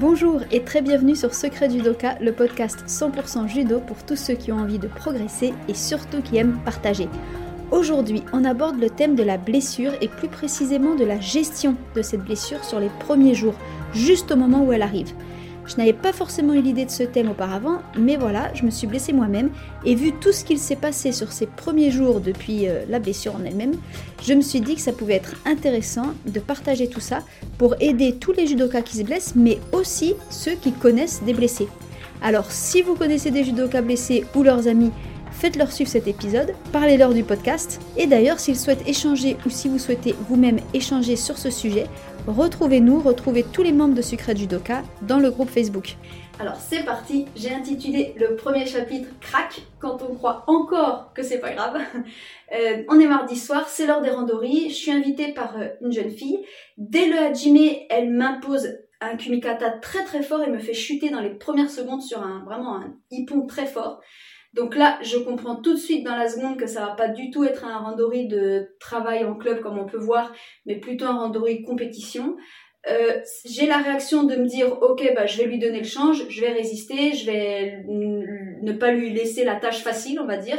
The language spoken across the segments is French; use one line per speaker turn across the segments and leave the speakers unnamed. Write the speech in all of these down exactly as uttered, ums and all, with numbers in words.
Bonjour et très bienvenue sur Secret Judoka, le podcast cent pour cent judo pour tous ceux qui ont envie de progresser et surtout qui aiment partager. Aujourd'hui, on aborde le thème de la blessure et plus précisément de la gestion de cette blessure sur les premiers jours, juste au moment où elle arrive. Je n'avais pas forcément eu l'idée de ce thème auparavant, mais voilà, je me suis blessée moi-même et vu tout ce qu'il s'est passé sur ces premiers jours depuis euh, la blessure en elle-même, je me suis dit que ça pouvait être intéressant de partager tout ça pour aider tous les judokas qui se blessent, mais aussi ceux qui connaissent des blessés. Alors si vous connaissez des judokas blessés ou leurs amis, faites-leur suivre cet épisode, parlez-leur du podcast, et d'ailleurs s'ils souhaitent échanger ou si vous souhaitez vous-même échanger sur ce sujet, retrouvez-nous, retrouvez tous les membres de Secret Judoka dans le groupe Facebook. Alors c'est parti, j'ai intitulé le premier chapitre « Crac » quand on croit encore que c'est pas grave. Euh, on est mardi soir, c'est l'heure des randonnées, je suis invitée par euh, une jeune fille. Dès le hajime, elle m'impose un kumikata très très fort et me fait chuter dans les premières secondes sur un vraiment un hippon très fort. Donc là, je comprends tout de suite dans la seconde que ça va pas du tout être un randori de travail en club comme on peut voir, mais plutôt un randori compétition. Euh, j'ai la réaction de me dire ok, bah je vais lui donner le change, je vais résister, je vais ne pas lui laisser la tâche facile, on va dire.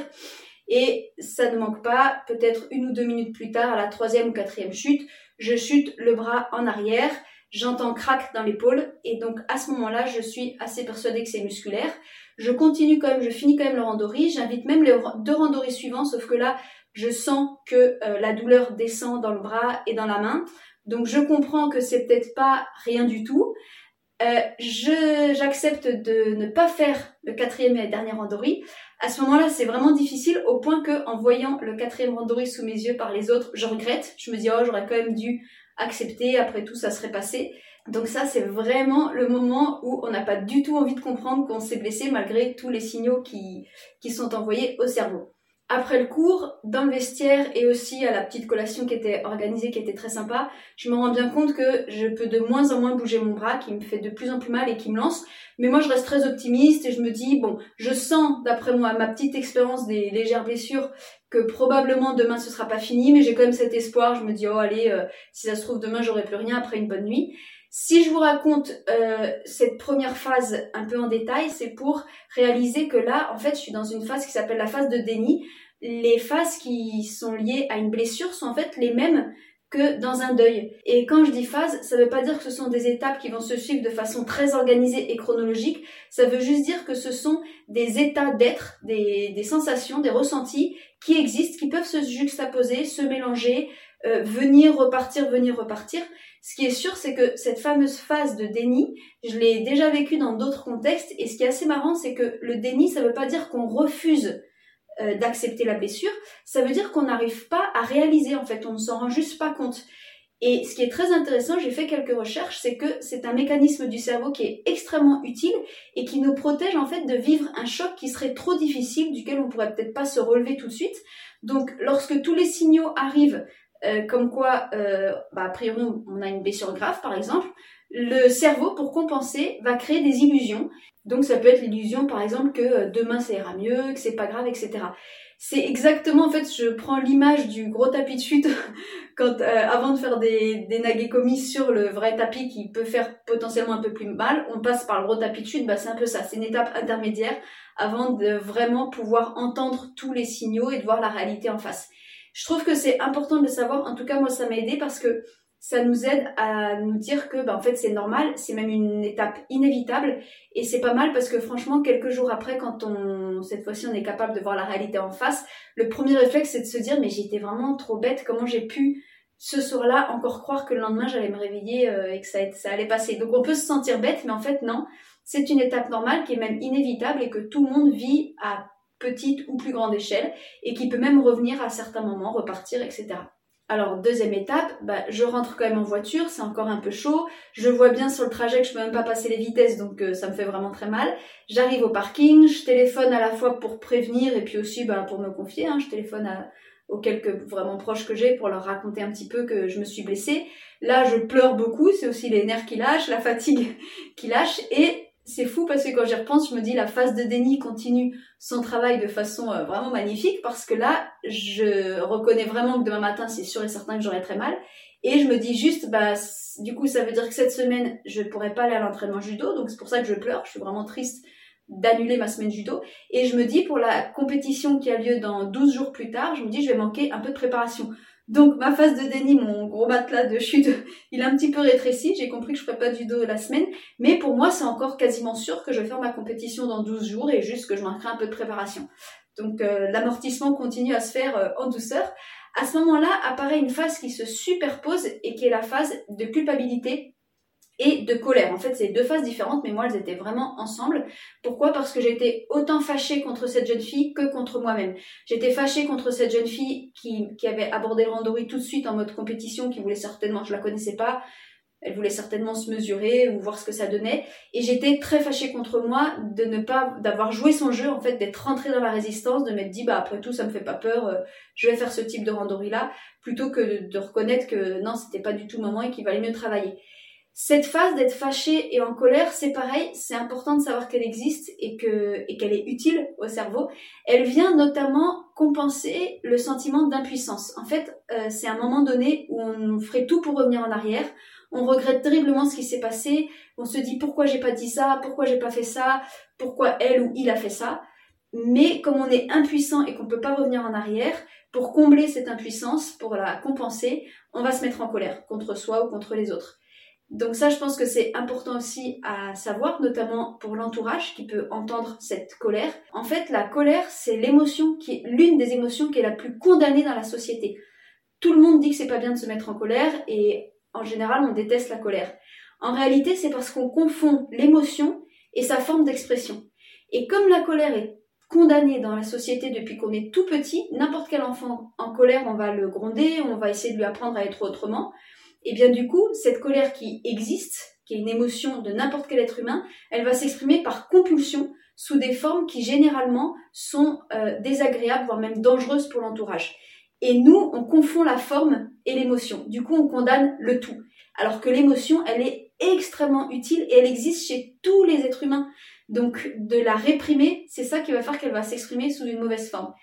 Et ça ne manque pas, peut-être une ou deux minutes plus tard, à la troisième ou quatrième chute, je chute le bras en arrière, j'entends crack dans l'épaule, et donc à ce moment-là, je suis assez persuadée que c'est musculaire. Je continue quand même, je finis quand même le randori, j'invite même les deux randoris suivants, sauf que là, je sens que euh, la douleur descend dans le bras et dans la main. Donc je comprends que c'est peut-être pas rien du tout. Euh, je, j'accepte de ne pas faire le quatrième et dernier randori. À ce moment-là, c'est vraiment difficile au point que, en voyant le quatrième randori sous mes yeux par les autres, je regrette. Je me dis, oh, j'aurais quand même dû accepter, après tout, ça serait passé. Donc ça, c'est vraiment le moment où on n'a pas du tout envie de comprendre qu'on s'est blessé malgré tous les signaux qui, qui sont envoyés au cerveau. Après le cours, dans le vestiaire et aussi à la petite collation qui était organisée, qui était très sympa, je me rends bien compte que je peux de moins en moins bouger mon bras, qui me fait de plus en plus mal et qui me lance. Mais moi, je reste très optimiste et je me dis, bon, je sens, d'après moi, ma petite expérience des légères blessures, que probablement demain ce sera pas fini, mais j'ai quand même cet espoir. Je me dis, oh allez, euh, si ça se trouve demain, j'aurai plus rien après une bonne nuit. Si je vous raconte euh, cette première phase un peu en détail, c'est pour réaliser que là, en fait, je suis dans une phase qui s'appelle la phase de déni. Les phases qui sont liées à une blessure sont en fait les mêmes que dans un deuil. Et quand je dis phase, ça ne veut pas dire que ce sont des étapes qui vont se suivre de façon très organisée et chronologique. Ça veut juste dire que ce sont des états d'être, des, des sensations, des ressentis qui existent, qui peuvent se juxtaposer, se mélanger, euh, venir, repartir, venir, repartir. Ce qui est sûr, c'est que cette fameuse phase de déni, je l'ai déjà vécue dans d'autres contextes, et ce qui est assez marrant, c'est que le déni, ça ne veut pas dire qu'on refuse euh, d'accepter la blessure, ça veut dire qu'on n'arrive pas à réaliser, en fait, on ne s'en rend juste pas compte. Et ce qui est très intéressant, j'ai fait quelques recherches, c'est que c'est un mécanisme du cerveau qui est extrêmement utile et qui nous protège en fait de vivre un choc qui serait trop difficile, duquel on pourrait peut-être pas se relever tout de suite. Donc lorsque tous les signaux arrivent, Euh, comme quoi, euh, bah, a priori, on a une blessure grave, par exemple, le cerveau, pour compenser, va créer des illusions. Donc, ça peut être l'illusion, par exemple, que euh, demain, ça ira mieux, que c'est pas grave, et cetera. C'est exactement, en fait, je prends l'image du gros tapis de chute quand, euh, avant de faire des, des nagekomi sur le vrai tapis qui peut faire potentiellement un peu plus mal, on passe par le gros tapis de chute, bah, c'est un peu ça. C'est une étape intermédiaire avant de vraiment pouvoir entendre tous les signaux et de voir la réalité en face. Je trouve que c'est important de le savoir, en tout cas moi ça m'a aidé parce que ça nous aide à nous dire que bah, en fait c'est normal, c'est même une étape inévitable et c'est pas mal parce que franchement quelques jours après quand on cette fois-ci on est capable de voir la réalité en face, le premier réflexe c'est de se dire mais j'étais vraiment trop bête, comment j'ai pu ce soir-là encore croire que le lendemain j'allais me réveiller euh, et que ça, ça allait passer. Donc on peut se sentir bête mais en fait non, c'est une étape normale qui est même inévitable et que tout le monde vit à petite ou plus grande échelle, et qui peut même revenir à certains moments, repartir, et cetera. Alors, deuxième étape, bah, je rentre quand même en voiture, c'est encore un peu chaud, je vois bien sur le trajet que je peux même pas passer les vitesses, donc euh, ça me fait vraiment très mal. J'arrive au parking, je téléphone à la fois pour prévenir, et puis aussi bah, pour me confier, hein, je téléphone à, aux quelques vraiment proches que j'ai pour leur raconter un petit peu que je me suis blessée. Là, je pleure beaucoup, c'est aussi les nerfs qui lâchent, la fatigue qui lâche, et c'est fou parce que quand j'y repense, je me dis la phase de déni continue son travail de façon euh, vraiment magnifique parce que là, je reconnais vraiment que demain matin, c'est sûr et certain que j'aurai très mal.
Et je me dis juste, bah, du coup, ça veut dire que cette semaine, je pourrais pas aller à l'entraînement judo, donc c'est pour ça que je pleure, je suis vraiment triste d'annuler ma semaine judo. Et je me dis, pour la compétition qui a lieu dans douze jours plus tard, je me dis, je vais manquer un peu de préparation. Donc, ma phase de déni, mon gros matelas de chute, il est un petit peu rétréci, j'ai compris que je ferais pas de judo la semaine, mais pour moi, c'est encore quasiment sûr que je vais faire ma compétition dans douze jours et juste que je manquerai un peu de préparation. Donc, euh, l'amortissement continue à se faire euh, en douceur. À ce moment-là, apparaît une phase qui se superpose et qui est la phase de culpabilité et de colère. En fait, c'est deux phases différentes, mais moi, elles étaient vraiment ensemble. Pourquoi ? Parce que j'étais autant fâchée contre cette jeune fille que contre moi-même. J'étais fâchée contre cette jeune fille qui, qui avait abordé le randori tout de suite en mode compétition, qui voulait certainement, je la connaissais pas, elle voulait certainement se mesurer ou voir ce que ça donnait. Et j'étais très fâchée contre moi de ne pas, d'avoir joué son jeu, en fait, d'être rentrée dans la résistance, de m'être dit, bah, après tout, ça me fait pas peur, euh, je vais faire ce type de randori-là, plutôt que de, de reconnaître que non, c'était pas du tout le moment et qu'il valait mieux travailler. Cette phase d'être fâchée et en colère, c'est pareil, c'est important de savoir qu'elle existe et que, et qu'elle est utile au cerveau. Elle vient notamment compenser le sentiment d'impuissance. En fait, euh, c'est un moment donné où on ferait tout pour revenir en arrière. On regrette terriblement ce qui s'est passé, on se dit pourquoi j'ai pas dit ça, pourquoi j'ai pas fait ça, pourquoi elle ou il a fait ça. Mais comme on est impuissant et qu'on peut pas revenir en arrière, pour combler cette impuissance, pour la compenser, on va se mettre en colère contre soi ou contre les autres. Donc ça, je pense que c'est important aussi à savoir, notamment pour l'entourage qui peut entendre cette colère. En fait, la colère, c'est l'émotion qui est l'une des émotions qui est la plus condamnée dans la société. Tout le monde dit que c'est pas bien de se mettre en colère et en général, on déteste la colère. En réalité, c'est parce qu'on confond l'émotion et sa forme d'expression. Et comme la colère est condamnée dans la société depuis qu'on est tout petit, n'importe quel enfant en colère, on va le gronder, on va essayer de lui apprendre à être autrement. Et bien du coup, cette colère qui existe, qui est une émotion de n'importe quel être humain, elle va s'exprimer par compulsion sous des formes qui généralement sont euh, désagréables, voire même dangereuses pour l'entourage. Et nous, on confond la forme et l'émotion. Du coup, on condamne le tout. Alors que l'émotion, elle est extrêmement utile et elle existe chez tous les êtres humains. Donc, de la réprimer, c'est ça qui va faire qu'elle va s'exprimer sous une mauvaise forme.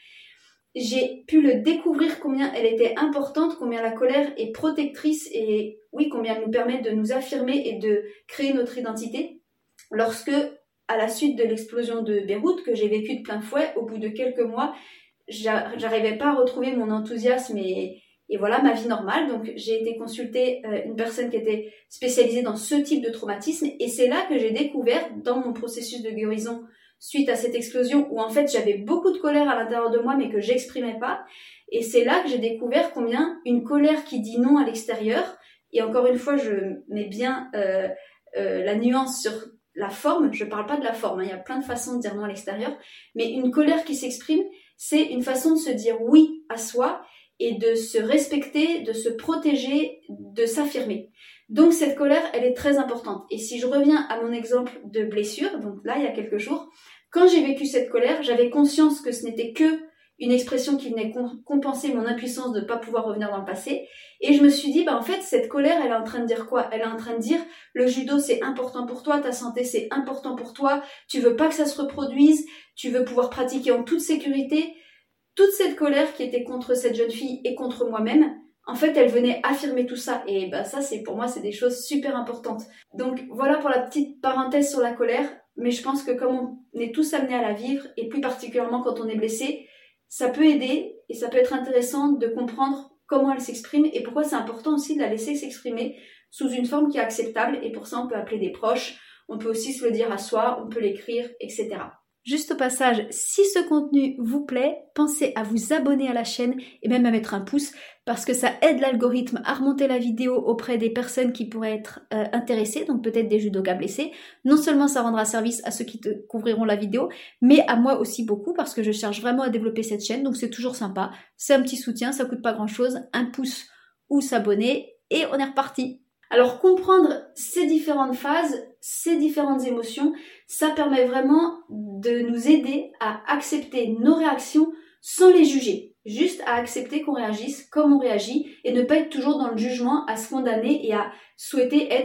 J'ai pu le découvrir combien elle était importante, combien la colère est protectrice et oui, combien elle nous permet de nous affirmer et de créer notre identité. Lorsque, à la suite de l'explosion de Beyrouth, que j'ai vécue de plein fouet, au bout de quelques mois, j'arrivais pas à retrouver mon enthousiasme et, et voilà ma vie normale. Donc j'ai été consulter euh, une personne qui était spécialisée dans ce type de traumatisme et c'est là que j'ai découvert dans mon processus de guérison suite à cette explosion où en fait j'avais beaucoup de colère à l'intérieur de moi mais que j'exprimais pas. Et c'est là que j'ai découvert combien une colère qui dit non à l'extérieur, et encore une fois je mets bien euh, euh, la nuance sur la forme, je parle pas de la forme, hein, il y a plein de façons de dire non à l'extérieur, mais une colère qui s'exprime, c'est une façon de se dire oui à soi et de se respecter, de se protéger, de s'affirmer. Donc cette colère, elle est très importante. Et si je reviens à mon exemple de blessure, donc là, il y a quelques jours, quand j'ai vécu cette colère, j'avais conscience que ce n'était que une expression qui venait compenser mon impuissance de ne pas pouvoir revenir dans le passé. Et je me suis dit, bah en fait, cette colère, elle est en train de dire quoi ? Elle est en train de dire, le judo, c'est important pour toi, ta santé, c'est important pour toi, tu veux pas que ça se reproduise, tu veux pouvoir pratiquer en toute sécurité. Toute cette colère qui était contre cette jeune fille et contre moi-même, en fait, elle venait affirmer tout ça. Et bah ça, c'est pour moi, c'est des choses super importantes. Donc voilà pour la petite parenthèse sur la colère. Mais je pense que comme on est tous amenés à la vivre, et plus particulièrement quand on est blessé, ça peut aider et ça peut être intéressant de comprendre comment elle s'exprime et pourquoi c'est important aussi de la laisser s'exprimer sous une forme qui est acceptable. Et pour ça, on peut appeler des proches, on peut aussi se le dire à soi, on peut l'écrire, et cetera.
Juste au passage, si ce contenu vous plaît, pensez à vous abonner à la chaîne et même à mettre un pouce parce que ça aide l'algorithme à remonter la vidéo auprès des personnes qui pourraient être euh, intéressées, donc peut-être des judokas blessés. Non seulement ça rendra service à ceux qui découvriront la vidéo, mais à moi aussi beaucoup parce que je cherche vraiment à développer cette chaîne, donc c'est toujours sympa. C'est un petit soutien, ça coûte pas grand-chose, un pouce ou s'abonner et on est reparti. Alors comprendre ces différentes phases, ces différentes émotions, ça permet vraiment de nous aider à accepter nos réactions sans les juger. Juste à accepter qu'on réagisse comme on réagit et ne pas être toujours dans le jugement, à se condamner et à souhaiter être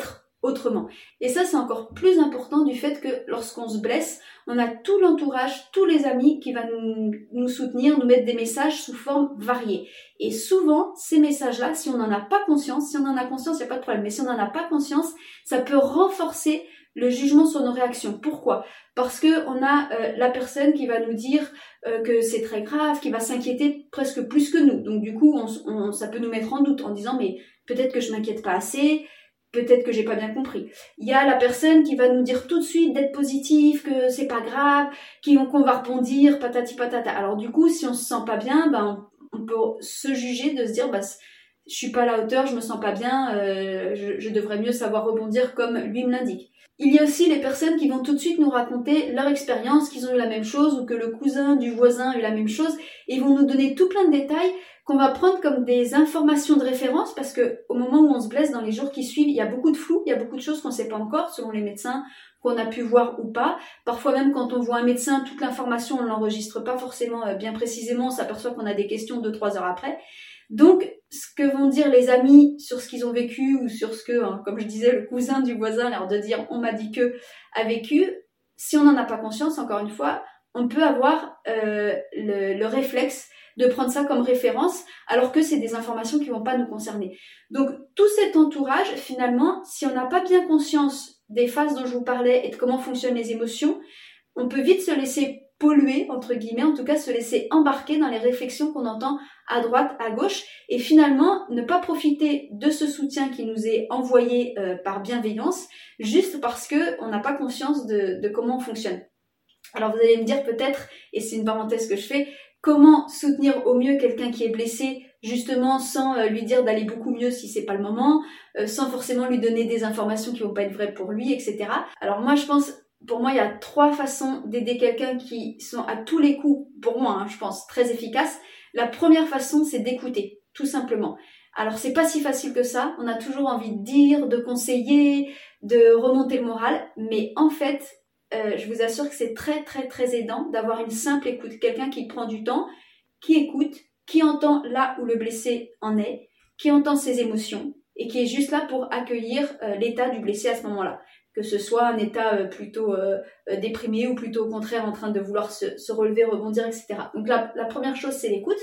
autrement. Et ça, c'est encore plus important du fait que lorsqu'on se blesse, on a tout l'entourage, tous les amis qui va nous, nous soutenir, nous mettre des messages sous forme variée. Et souvent, ces messages-là, si on n'en a pas conscience, si on en a conscience, il n'y a pas de problème, mais si on n'en a pas conscience, ça peut renforcer le jugement sur nos réactions. Pourquoi ? Parce que on a euh, la personne qui va nous dire euh, que c'est très grave, qui va s'inquiéter presque plus que nous. Donc du coup, on, on, ça peut nous mettre en doute en disant mais peut-être que je m'inquiète pas assez, peut-être que j'ai pas bien compris. Il y a la personne qui va nous dire tout de suite d'être positif, que c'est pas grave, qui, qu'on va rebondir, patati patata. Alors du coup, si on se sent pas bien, ben on, on peut se juger de se dire bah je suis pas à la hauteur, je me sens pas bien, euh, je, je devrais mieux savoir rebondir comme lui me l'indique. Il y a aussi les personnes qui vont tout de suite nous raconter leur expérience, qu'ils ont eu la même chose ou que le cousin du voisin a eu la même chose et ils vont nous donner tout plein de détails qu'on va prendre comme des informations de référence parce que au moment où on se blesse dans les jours qui suivent, il y a beaucoup de flou, il y a beaucoup de choses qu'on ne sait pas encore selon les médecins qu'on a pu voir ou pas. Parfois même quand on voit un médecin, toute l'information on ne l'enregistre pas forcément bien précisément, on s'aperçoit qu'on a des questions deux trois heures après. Donc, ce que vont dire les amis sur ce qu'ils ont vécu ou sur ce que, hein, comme je disais, le cousin du voisin, l'air de dire « on m'a dit que » a vécu, si on n'en a pas conscience, encore une fois, on peut avoir euh, le, le réflexe de prendre ça comme référence alors que c'est des informations qui ne vont pas nous concerner. Donc, tout cet entourage, finalement, si on n'a pas bien conscience des phases dont je vous parlais et de comment fonctionnent les émotions, on peut vite se laisser polluer, entre guillemets, en tout cas se laisser embarquer dans les réflexions qu'on entend à droite, à gauche, et finalement ne pas profiter de ce soutien qui nous est envoyé euh, par bienveillance, juste parce que on n'a pas conscience de, de comment on fonctionne. Alors vous allez me dire peut-être, et c'est une parenthèse que je fais, comment soutenir au mieux quelqu'un qui est blessé, justement sans euh, lui dire d'aller beaucoup mieux si c'est pas le moment, euh, sans forcément lui donner des informations qui vont pas être vraies pour lui, et cetera. Alors moi je pense Pour moi, il y a trois façons d'aider quelqu'un qui sont à tous les coups, pour moi, hein, je pense, très efficaces. La première façon, c'est d'écouter, tout simplement. Alors, c'est pas si facile que ça. On a toujours envie de dire, de conseiller, de remonter le moral. Mais en fait, euh, je vous assure que c'est très, très, très aidant d'avoir une simple écoute. Quelqu'un qui prend du temps, qui écoute, qui entend là où le blessé en est, qui entend ses émotions et qui est juste là pour accueillir euh, l'état du blessé à ce moment-là. Que ce soit un état euh, plutôt euh, déprimé ou plutôt au contraire en train de vouloir se, se relever, rebondir, et cetera. Donc la, la première chose, c'est l'écoute.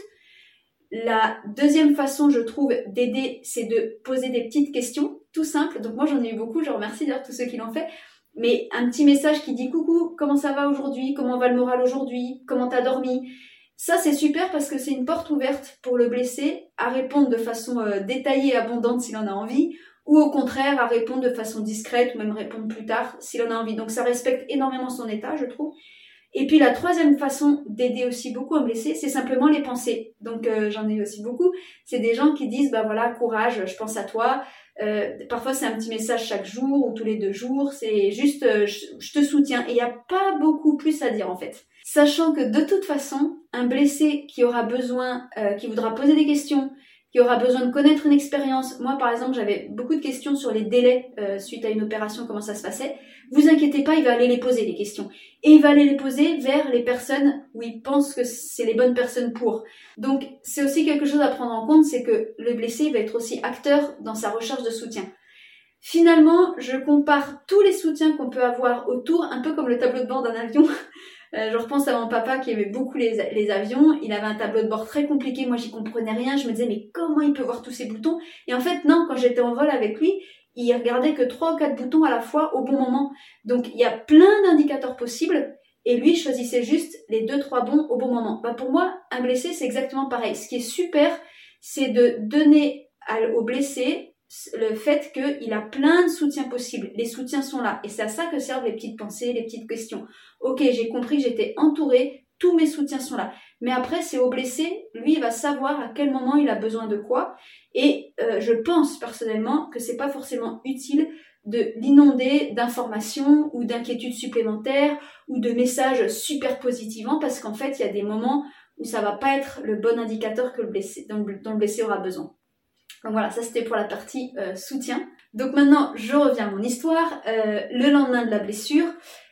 La deuxième façon, je trouve, d'aider, c'est de poser des petites questions, tout simples. Donc moi, j'en ai eu beaucoup, je remercie d'ailleurs tous ceux qui l'ont fait. Mais un petit message qui dit « Coucou, comment ça va aujourd'hui ? Comment va le moral aujourd'hui ? Comment t'as dormi ?» Ça, c'est super parce que c'est une porte ouverte pour le blessé à répondre de façon euh, détaillée et abondante s'il en a envie, ou au contraire à répondre de façon discrète ou même répondre plus tard s'il en a envie. Donc ça respecte énormément son état, je trouve. Et puis la troisième façon d'aider aussi beaucoup un blessé, c'est simplement les pensées. Donc euh, j'en ai aussi beaucoup. C'est des gens qui disent bah voilà, courage, je pense à toi. Euh, parfois c'est un petit message chaque jour ou tous les deux jours. C'est juste euh, je, je te soutiens. Et il n'y a pas beaucoup plus à dire en fait. Sachant que de toute façon, un blessé qui aura besoin, euh, qui voudra poser des questions, qui aura besoin de connaître une expérience. Moi, par exemple, j'avais beaucoup de questions sur les délais euh, suite à une opération, comment ça se passait. Vous inquiétez pas, il va aller les poser, les questions. Et il va aller les poser vers les personnes où il pense que c'est les bonnes personnes pour. Donc, c'est aussi quelque chose à prendre en compte, c'est que le blessé va être aussi acteur dans sa recherche de soutien. Finalement, je compare tous les soutiens qu'on peut avoir autour, un peu comme le tableau de bord d'un avion. Euh, je repense à mon papa qui aimait beaucoup les, les avions. Il avait un tableau de bord très compliqué. Moi, j'y comprenais rien. Je me disais, mais comment il peut voir tous ces boutons ? Et en fait, non, quand j'étais en vol avec lui, il regardait que trois ou quatre boutons à la fois au bon moment. Donc, il y a plein d'indicateurs possibles. Et lui, choisissait juste les deux, trois bons au bon moment. Bah, pour moi, un blessé, c'est exactement pareil. Ce qui est super, c'est de donner à, au blessé le fait qu'il a plein de soutiens possibles. Les soutiens sont là. Et c'est à ça que servent les petites pensées, les petites questions. Ok, j'ai compris que j'étais entourée, tous mes soutiens sont là. Mais après, c'est au blessé, lui, il va savoir à quel moment il a besoin de quoi. Et euh, je pense personnellement que c'est pas forcément utile de l'inonder d'informations ou d'inquiétudes supplémentaires ou de messages super positivants parce qu'en fait, il y a des moments où ça va pas être le bon indicateur que le blessé, dont, dont le blessé aura besoin. Donc voilà, ça c'était pour la partie euh, soutien. Donc maintenant, je reviens à mon histoire. Euh, le lendemain de la blessure,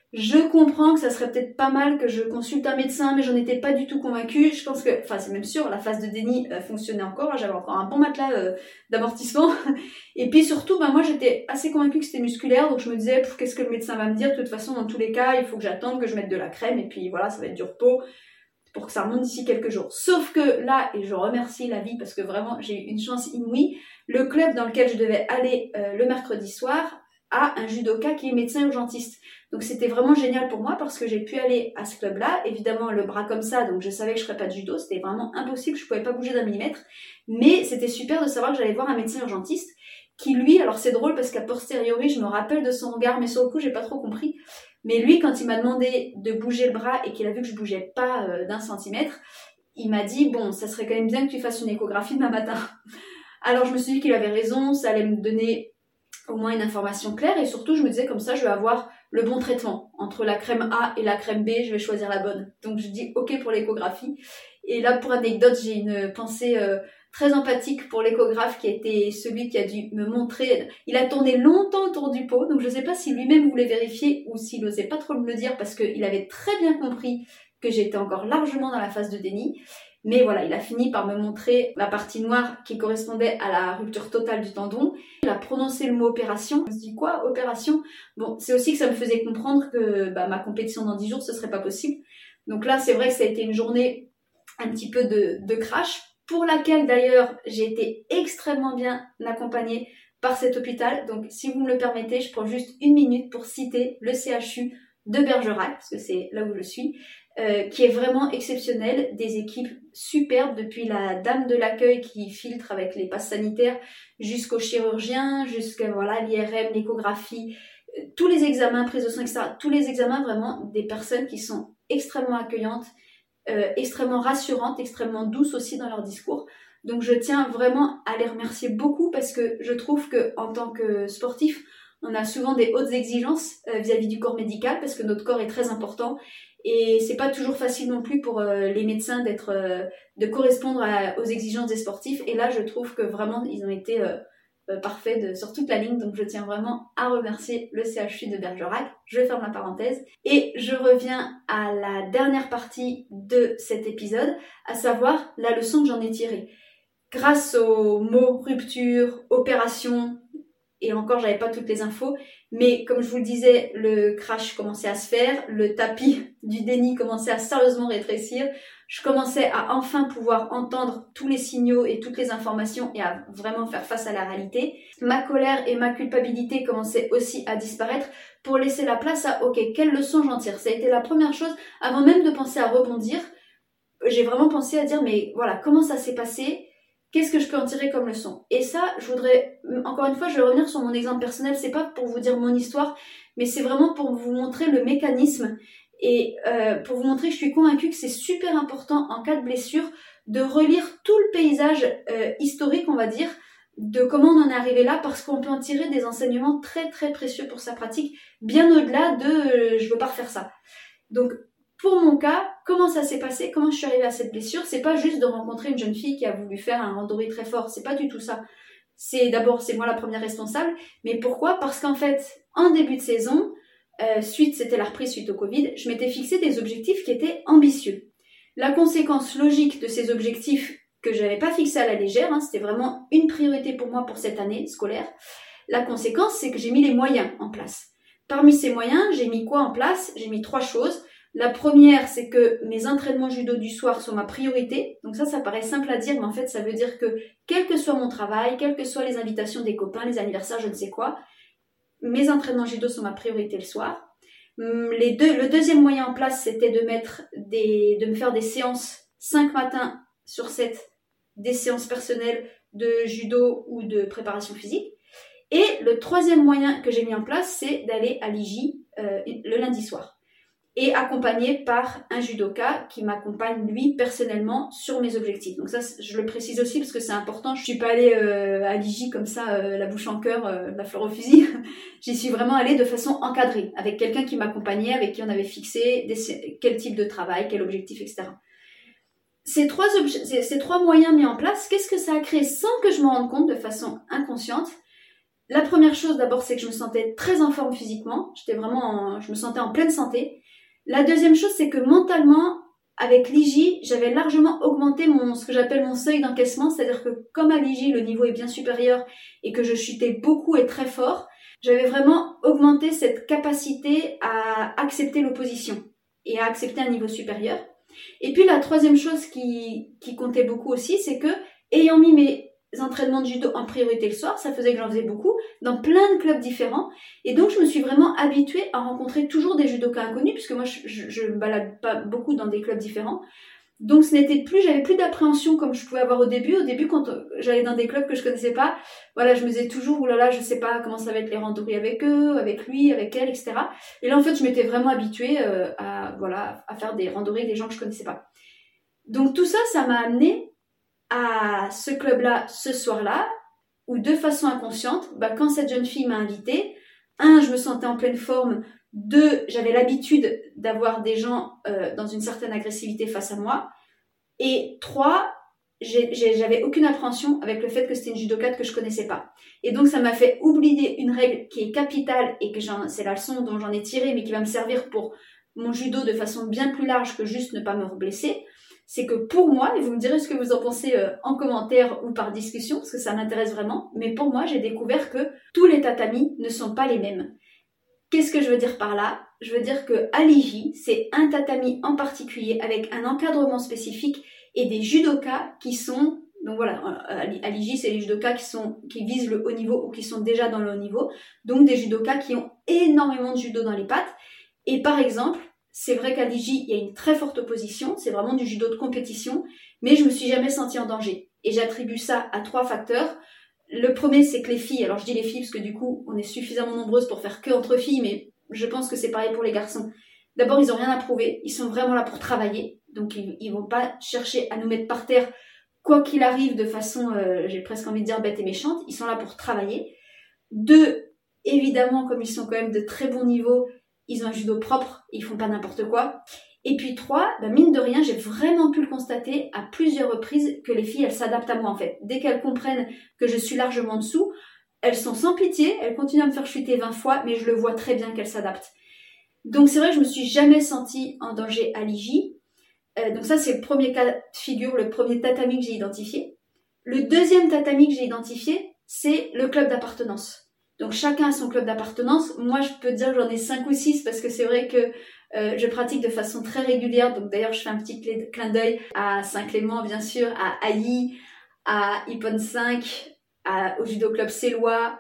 Je comprends que ça serait peut-être pas mal que je consulte un médecin, mais j'en étais pas du tout convaincue. Je pense que, enfin c'est même sûr, la phase de déni euh, fonctionnait encore, j'avais encore un bon matelas euh, d'amortissement. Et puis surtout, bah, moi j'étais assez convaincue que c'était musculaire, donc je me disais, qu'est-ce que le médecin va me dire? De toute façon, dans tous les cas, il faut que j'attende, que je mette de la crème, et puis voilà, ça va être du repos pour que ça remonte d'ici quelques jours. Sauf que là, et je remercie la vie parce que vraiment j'ai eu une chance inouïe, le club dans lequel je devais aller euh, le mercredi soir a un judoka qui est médecin urgentiste. Donc c'était vraiment génial pour moi parce que j'ai pu aller à ce club-là, évidemment le bras comme ça, donc je savais que je ferais pas de judo, c'était vraiment impossible, je pouvais pas bouger d'un millimètre, mais c'était super de savoir que j'allais voir un médecin urgentiste qui lui, alors c'est drôle parce qu'à posteriori je me rappelle de son regard, mais sur le coup j'ai pas trop compris, mais lui quand il m'a demandé de bouger le bras et qu'il a vu que je bougeais pas euh, d'un centimètre, il m'a dit bon ça serait quand même bien que tu fasses une échographie demain matin. Alors je me suis dit qu'il avait raison, ça allait me donner au moins une information claire et surtout je me disais comme ça je vais avoir le bon traitement. Entre la crème A et la crème B, je vais choisir la bonne. Donc je dis ok pour l'échographie. Et là pour anecdote, j'ai une pensée euh, très empathique pour l'échographe qui a été celui qui a dû me montrer. Il a tourné longtemps autour du pot, donc je ne sais pas si lui-même voulait vérifier ou s'il n'osait pas trop me le dire parce qu'il avait très bien compris que j'étais encore largement dans la phase de déni. Mais voilà, il a fini par me montrer la partie noire qui correspondait à la rupture totale du tendon. Il a prononcé le mot opération. Je me suis dit quoi, opération? Bon, c'est aussi que ça me faisait comprendre que bah, ma compétition dans dix jours, ce serait pas possible. Donc là, c'est vrai que ça a été une journée un petit peu de, de crash, pour laquelle d'ailleurs j'ai été extrêmement bien accompagnée par cet hôpital. Donc si vous me le permettez, je prends juste une minute pour citer le C H U de Bergerac, parce que c'est là où je suis. Euh, qui est vraiment exceptionnel, des équipes superbes, depuis la dame de l'accueil qui filtre avec les passes sanitaires jusqu'au chirurgien, jusqu'à voilà, l'I R M, l'échographie, euh, tous les examens, prise de sang, et cetera. Tous les examens, vraiment, des personnes qui sont extrêmement accueillantes, euh, extrêmement rassurantes, extrêmement douces aussi dans leur discours. Donc je tiens vraiment à les remercier beaucoup parce que je trouve qu'en tant que sportif, on a souvent des hautes exigences euh, vis-à-vis du corps médical parce que notre corps est très important. Et c'est pas toujours facile non plus pour euh, les médecins d'être, euh, de correspondre à, aux exigences des sportifs. Et là, je trouve que vraiment, ils ont été euh, euh, parfaits de, sur toute la ligne. Donc, je tiens vraiment à remercier le C H U de Bergerac. Je ferme la parenthèse. Et je reviens à la dernière partie de cet épisode, à savoir la leçon que j'en ai tirée. Grâce aux mots rupture, opération, et encore, j'avais pas toutes les infos, mais comme je vous le disais, le crash commençait à se faire, le tapis du déni commençait à sérieusement rétrécir, je commençais à enfin pouvoir entendre tous les signaux et toutes les informations et à vraiment faire face à la réalité. Ma colère et ma culpabilité commençaient aussi à disparaître pour laisser la place à « ok, quelle leçon j'en tire ?» Ça a été la première chose, avant même de penser à rebondir, j'ai vraiment pensé à dire « mais voilà, comment ça s'est passé ? Qu'est-ce que je peux en tirer comme leçon ?» Et ça, je voudrais, encore une fois, je vais revenir sur mon exemple personnel, c'est pas pour vous dire mon histoire, mais c'est vraiment pour vous montrer le mécanisme et euh, pour vous montrer que je suis convaincue que c'est super important en cas de blessure de relire tout le paysage euh, historique, on va dire, de comment on en est arrivé là, parce qu'on peut en tirer des enseignements très très précieux pour sa pratique, bien au-delà de euh, « je veux pas refaire ça ». Donc, pour mon cas, comment ça s'est passé, comment je suis arrivée à cette blessure, c'est pas juste de rencontrer une jeune fille qui a voulu faire un randori très fort, c'est pas du tout ça. C'est d'abord, c'est moi la première responsable, mais pourquoi ? Parce qu'en fait, en début de saison, euh, suite, c'était la reprise suite au Covid, je m'étais fixé des objectifs qui étaient ambitieux. La conséquence logique de ces objectifs que j'avais pas fixés à la légère, hein, c'était vraiment une priorité pour moi pour cette année scolaire, la conséquence, c'est que j'ai mis les moyens en place. Parmi ces moyens, j'ai mis quoi en place ? J'ai mis trois choses. La première, c'est que mes entraînements judo du soir sont ma priorité. Donc ça, ça paraît simple à dire, mais en fait, ça veut dire que quel que soit mon travail, quelles que soient les invitations des copains, les anniversaires, je ne sais quoi, mes entraînements judo sont ma priorité le soir. Les deux, le deuxième moyen en place, c'était de mettre des, de me faire des séances cinq matins sur sept, des séances personnelles de judo ou de préparation physique. Et le troisième moyen que j'ai mis en place, c'est d'aller à l'I J euh, le lundi soir. Et accompagné par un judoka qui m'accompagne lui personnellement sur mes objectifs. Donc ça, je le précise aussi parce que c'est important. Je suis pas allée euh, à l'I J comme ça, euh, la bouche en cœur, euh, la fleur au fusil. J'y suis vraiment allée de façon encadrée, avec quelqu'un qui m'accompagnait, avec qui on avait fixé des, quel type de travail, quel objectif, et cetera. Ces trois, obje- ces, ces trois moyens mis en place, qu'est-ce que ça a créé sans que je m'en rende compte de façon inconsciente ? la première chose d'abord, c'est que je me sentais très en forme physiquement. J'étais vraiment, en, je me sentais en pleine santé. La deuxième chose, c'est que mentalement, avec l'I J, j'avais largement augmenté mon, ce que j'appelle mon seuil d'encaissement. C'est-à-dire que comme à l'I J, le niveau est bien supérieur et que je chutais beaucoup et très fort, j'avais vraiment augmenté cette capacité à accepter l'opposition et à accepter un niveau supérieur. Et puis la troisième chose qui, qui comptait beaucoup aussi, c'est que ayant mis mes entraînements de judo en priorité le soir, ça faisait que j'en faisais beaucoup, dans plein de clubs différents, et donc je me suis vraiment habituée à rencontrer toujours des judokas inconnus, puisque moi je, je, je me balade pas beaucoup dans des clubs différents, donc ce n'était plus, j'avais plus d'appréhension comme je pouvais avoir au début. Au début, quand j'allais dans des clubs que je connaissais pas, voilà, je me disais toujours, oulala, je sais pas comment ça va être les randonnées avec eux, avec lui, avec elle, et cetera. Et là, en fait, je m'étais vraiment habituée euh, à, voilà, à faire des randonnées avec des gens que je connaissais pas. Donc tout ça, ça m'a amené à ce club-là, ce soir-là, où de façon inconsciente, bah, quand cette jeune fille m'a invitée, un, je me sentais en pleine forme, deux, j'avais l'habitude d'avoir des gens euh, dans une certaine agressivité face à moi, et trois, j'ai, j'ai, j'avais aucune appréhension avec le fait que c'était une judokate que je connaissais pas. Et donc ça m'a fait oublier une règle qui est capitale, et que j'en, c'est la leçon dont j'en ai tiré, mais qui va me servir pour mon judo de façon bien plus large que juste ne pas me reblesser. C'est que pour moi, et vous me direz ce que vous en pensez euh, en commentaire ou par discussion, parce que ça m'intéresse vraiment, mais pour moi, j'ai découvert que tous les tatamis ne sont pas les mêmes. Qu'est-ce que je veux dire par là ? Je veux dire que à l'I J, c'est un tatami en particulier avec un encadrement spécifique et des judokas qui sont, donc voilà, à l'I J, c'est les judokas qui sont, qui visent le haut niveau ou qui sont déjà dans le haut niveau, donc des judokas qui ont énormément de judo dans les pattes. Et par exemple, c'est vrai qu'à l'I J, il y a une très forte opposition, c'est vraiment du judo de compétition, mais je me suis jamais sentie en danger. Et j'attribue ça à trois facteurs. Le premier, c'est que les filles, alors je dis les filles parce que du coup, on est suffisamment nombreuses pour faire que entre filles, mais je pense que c'est pareil pour les garçons. D'abord, ils ont rien à prouver, ils sont vraiment là pour travailler, donc ils, ils vont pas chercher à nous mettre par terre, quoi qu'il arrive, de façon, euh, j'ai presque envie de dire bête et méchante, ils sont là pour travailler. Deux, évidemment, comme ils sont quand même de très bon niveau, ils ont un judo propre, ils font pas n'importe quoi. Et puis trois, bah mine de rien, j'ai vraiment pu le constater à plusieurs reprises que les filles, elles s'adaptent à moi en fait. Dès qu'elles comprennent que je suis largement en dessous, elles sont sans pitié, elles continuent à me faire chuter vingt fois, mais je le vois très bien qu'elles s'adaptent. Donc c'est vrai que je me suis jamais sentie en danger à l'I J. Euh, donc ça, c'est le premier cas de figure, le premier tatami que j'ai identifié. Le deuxième tatami que j'ai identifié, c'est le club d'appartenance. Donc chacun a son club d'appartenance. Moi, je peux dire que j'en ai cinq ou six parce que c'est vrai que euh, je pratique de façon très régulière. Donc d'ailleurs, je fais un petit clin d'œil à Saint-Clément, bien sûr, à Ailly, à Ippon cinq, à, au judo club Célois,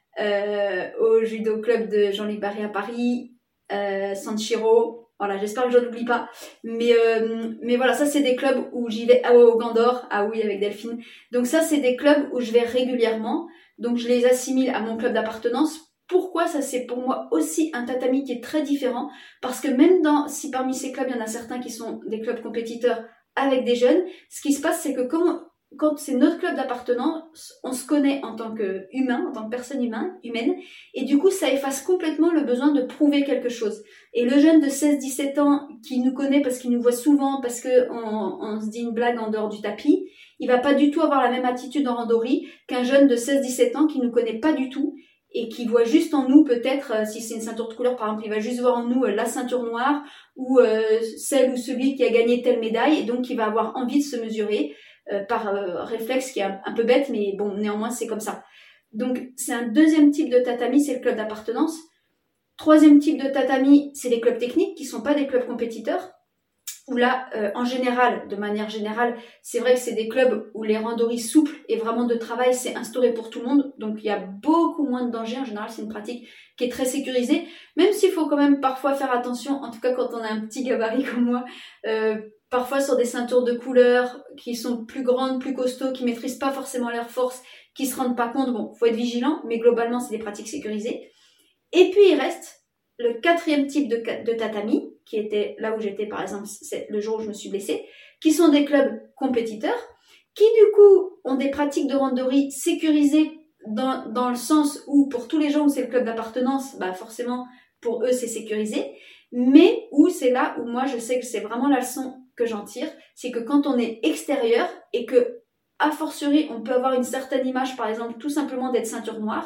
euh, au judo club de Jean-Luc Barré à Paris, euh, Sanchiro. Voilà, j'espère que je n'oublie pas. Mais, euh, mais voilà, ça c'est des clubs où j'y vais, ah, au Gandor, ah oui, avec Delphine. Donc ça, c'est des clubs où je vais régulièrement. Donc je les assimile à mon club d'appartenance. Pourquoi ? Ça, c'est pour moi aussi un tatami qui est très différent, parce que même dans, si parmi ces clubs, il y en a certains qui sont des clubs compétiteurs avec des jeunes, ce qui se passe, c'est que quand, quand c'est notre club d'appartenance, on se connaît en tant qu'humain, en tant que personne humaine, humaine, et du coup, ça efface complètement le besoin de prouver quelque chose. Et le jeune de seize dix-sept ans qui nous connaît parce qu'il nous voit souvent, parce qu'on on se dit une blague en dehors du tapis, il va pas du tout avoir la même attitude en randori qu'un jeune de seize dix-sept ans qui nous connaît pas du tout et qui voit juste en nous, peut-être, euh, si c'est une ceinture de couleur par exemple, il va juste voir en nous euh, la ceinture noire ou euh, celle ou celui qui a gagné telle médaille, et donc il va avoir envie de se mesurer euh, par euh, réflexe qui est un, un peu bête, mais bon, néanmoins c'est comme ça. Donc c'est un deuxième type de tatami, c'est le club d'appartenance. Troisième type de tatami, c'est les clubs techniques qui sont pas des clubs compétiteurs, où là, euh, en général, de manière générale, c'est vrai que c'est des clubs où les randoris souples et vraiment de travail, c'est instauré pour tout le monde. Donc, il y a beaucoup moins de danger. En général, c'est une pratique qui est très sécurisée. Même s'il faut quand même parfois faire attention, en tout cas quand on a un petit gabarit comme moi, euh, parfois sur des ceintures de couleur qui sont plus grandes, plus costauds, qui maîtrisent pas forcément leur force, qui se rendent pas compte. Bon, faut être vigilant, mais globalement, c'est des pratiques sécurisées. Et puis, il reste le quatrième type de, de tatami, qui était là où j'étais par exemple c'est le jour où je me suis blessée, qui sont des clubs compétiteurs, qui du coup ont des pratiques de randori sécurisées dans, dans le sens où pour tous les gens où c'est le club d'appartenance, bah forcément pour eux c'est sécurisé, mais où c'est là où moi je sais que c'est vraiment la leçon que j'en tire, c'est que quand on est extérieur et que a fortiori on peut avoir une certaine image par exemple tout simplement d'être ceinture noire,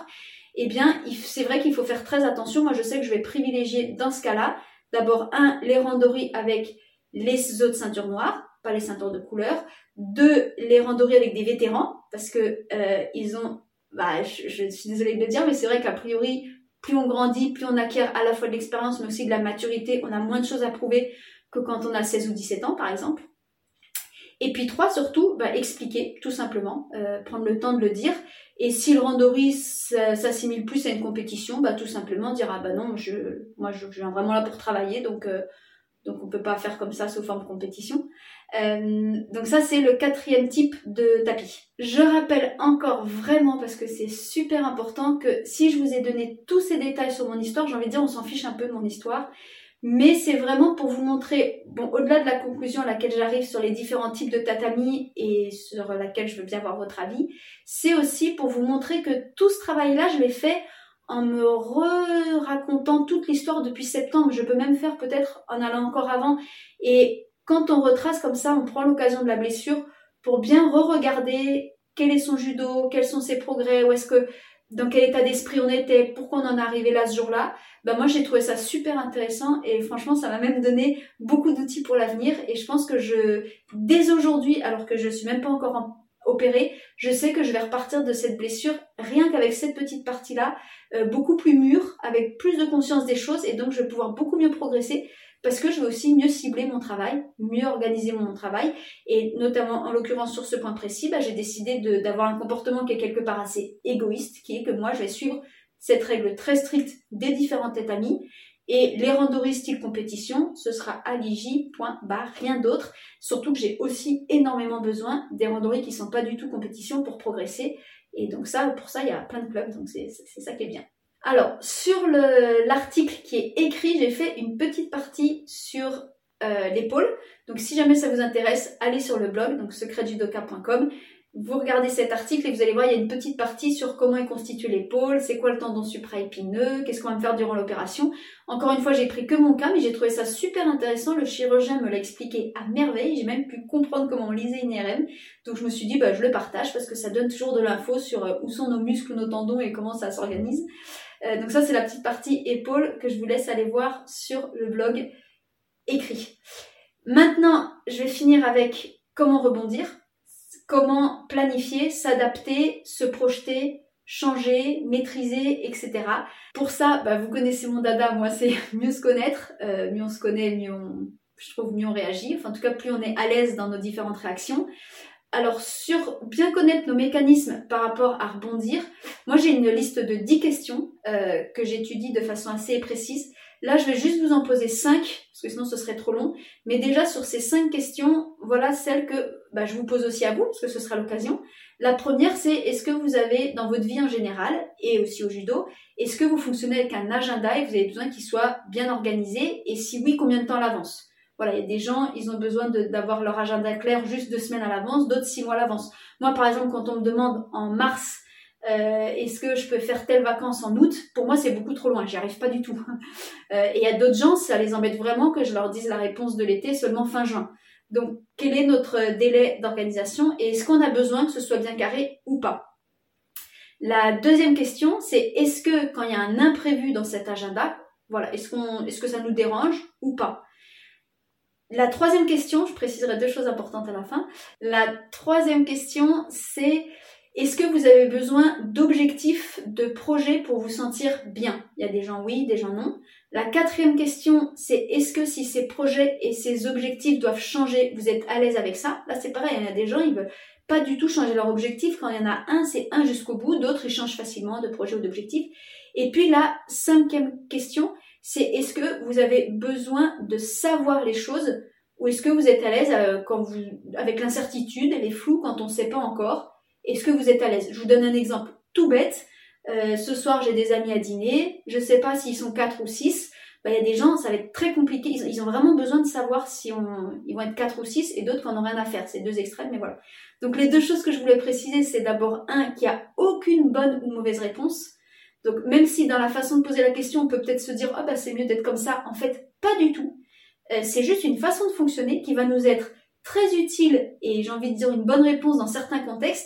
eh bien, c'est vrai qu'il faut faire très attention. Moi, je sais que je vais privilégier dans ce cas-là, d'abord, un, les randoris avec les autres ceintures noires, pas les ceintures de couleur. Deux, les randoris avec des vétérans, parce que euh, ils ont, bah, je, je suis désolée de le dire, mais c'est vrai qu'a priori, plus on grandit, plus on acquiert à la fois de l'expérience, mais aussi de la maturité, on a moins de choses à prouver que quand on a seize ou dix-sept ans, par exemple. Et puis trois, surtout, bah, expliquer, tout simplement, euh, prendre le temps de le dire. Et si le randori s'assimile plus à une compétition, bah, tout simplement dire, ah bah non, je, moi je, je viens vraiment là pour travailler, donc, euh, donc on peut pas faire comme ça sous forme de compétition. Euh, donc ça, c'est le quatrième type de tapis. Je rappelle encore vraiment, parce que c'est super important, que si je vous ai donné tous ces détails sur mon histoire, j'ai envie de dire, on s'en fiche un peu de mon histoire. Mais c'est vraiment pour vous montrer, bon, au-delà de la conclusion à laquelle j'arrive sur les différents types de tatami et sur laquelle je veux bien avoir votre avis, c'est aussi pour vous montrer que tout ce travail-là, je l'ai fait en me re-racontant toute l'histoire depuis septembre. Je peux même faire peut-être en allant encore avant. Et quand on retrace comme ça, on prend l'occasion de la blessure pour bien re-regarder quel est son judo, quels sont ses progrès, où est-ce que, dans quel état d'esprit on était, pourquoi on en est arrivé là ce jour-là. Ben moi j'ai trouvé ça super intéressant et franchement ça m'a même donné beaucoup d'outils pour l'avenir et je pense que je, dès aujourd'hui, alors que je suis même pas encore en, opérée, je sais que je vais repartir de cette blessure rien qu'avec cette petite partie-là, euh, beaucoup plus mûre, avec plus de conscience des choses et donc je vais pouvoir beaucoup mieux progresser parce que je vais aussi mieux cibler mon travail, mieux organiser mon travail et notamment en l'occurrence sur ce point précis, ben, j'ai décidé de, d'avoir un comportement qui est quelque part assez égoïste, qui est que moi je vais suivre cette règle très stricte des différents tatamis et les randoris style compétition, ce sera aliji, point, barre, rien d'autre. Surtout que j'ai aussi énormément besoin des randoris qui sont pas du tout compétition pour progresser. Et donc ça, pour ça, il y a plein de clubs, donc c'est, c'est ça qui est bien. Alors, sur le, l'article qui est écrit, j'ai fait une petite partie sur euh, l'épaule. Donc si jamais ça vous intéresse, allez sur le blog, donc secret judoka point com. Vous regardez cet article et vous allez voir, il y a une petite partie sur comment est constituée l'épaule, c'est quoi le tendon supraépineux, qu'est-ce qu'on va me faire durant l'opération. Encore une fois, j'ai pris que mon cas, mais j'ai trouvé ça super intéressant. Le chirurgien me l'a expliqué à merveille. J'ai même pu comprendre comment on lisait une R M. Donc je me suis dit, bah, je le partage parce que ça donne toujours de l'info sur où sont nos muscles, nos tendons et comment ça s'organise. Euh, donc ça, c'est la petite partie épaule que je vous laisse aller voir sur le blog écrit. Maintenant, je vais finir avec comment rebondir. Comment planifier, s'adapter, se projeter, changer, maîtriser, et cetera. Pour ça, bah, vous connaissez mon dada, moi c'est mieux se connaître, euh, mieux on se connaît, mieux on, je trouve mieux on réagit, enfin en tout cas plus on est à l'aise dans nos différentes réactions. Alors sur bien connaître nos mécanismes par rapport à rebondir, moi j'ai une liste de dix questions euh, que j'étudie de façon assez précise. Là, je vais juste vous en poser cinq, parce que sinon ce serait trop long. Mais déjà, sur ces cinq questions, voilà celles que bah, je vous pose aussi à vous, parce que ce sera l'occasion. La première, c'est est-ce que vous avez, dans votre vie en général, et aussi au judo, est-ce que vous fonctionnez avec un agenda et vous avez besoin qu'il soit bien organisé? Et si oui, combien de temps à l'avance? Voilà, il y a des gens, ils ont besoin de, d'avoir leur agenda clair juste deux semaines à l'avance, d'autres six mois à l'avance. Moi, par exemple, quand on me demande en mars, Euh, est-ce que je peux faire telle vacances en août? Pour moi, c'est beaucoup trop loin, j'y arrive pas du tout. Euh, et il y a d'autres gens, ça les embête vraiment que je leur dise la réponse de l'été seulement fin juin. Donc, quel est notre délai d'organisation et est-ce qu'on a besoin que ce soit bien carré ou pas? La deuxième question, c'est est-ce que quand il y a un imprévu dans cet agenda, voilà, est-ce qu'on, est-ce que ça nous dérange ou pas? La troisième question, je préciserai deux choses importantes à la fin. La troisième question, c'est est-ce que vous avez besoin d'objectifs, de projets pour vous sentir bien? Il y a des gens oui, des gens non. La quatrième question, c'est est-ce que si ces projets et ces objectifs doivent changer, vous êtes à l'aise avec ça? Là, c'est pareil, il y a des gens, ils veulent pas du tout changer leur objectif. Quand il y en a un, c'est un jusqu'au bout. D'autres, ils changent facilement de projet ou d'objectif. Et puis la cinquième question, c'est est-ce que vous avez besoin de savoir les choses ou est-ce que vous êtes à l'aise euh, quand vous, avec l'incertitude, les flous, quand on ne sait pas encore? Est-ce que vous êtes à l'aise? Je vous donne un exemple tout bête. Euh, ce soir, j'ai des amis à dîner. Je ne sais pas s'ils sont quatre ou six. Ben, il y a des gens, ça va être très compliqué. Ils, ils ont vraiment besoin de savoir si on, ils vont être quatre ou six et d'autres qui n'en ont rien à faire. C'est deux extrêmes, mais voilà. Donc, les deux choses que je voulais préciser, c'est d'abord, un, qu'il n'y a aucune bonne ou mauvaise réponse. Donc, même si dans la façon de poser la question, on peut peut-être se dire « Ah, ben, c'est mieux d'être comme ça », en fait, pas du tout. Euh, c'est juste une façon de fonctionner qui va nous être très utile et j'ai envie de dire une bonne réponse dans certains contextes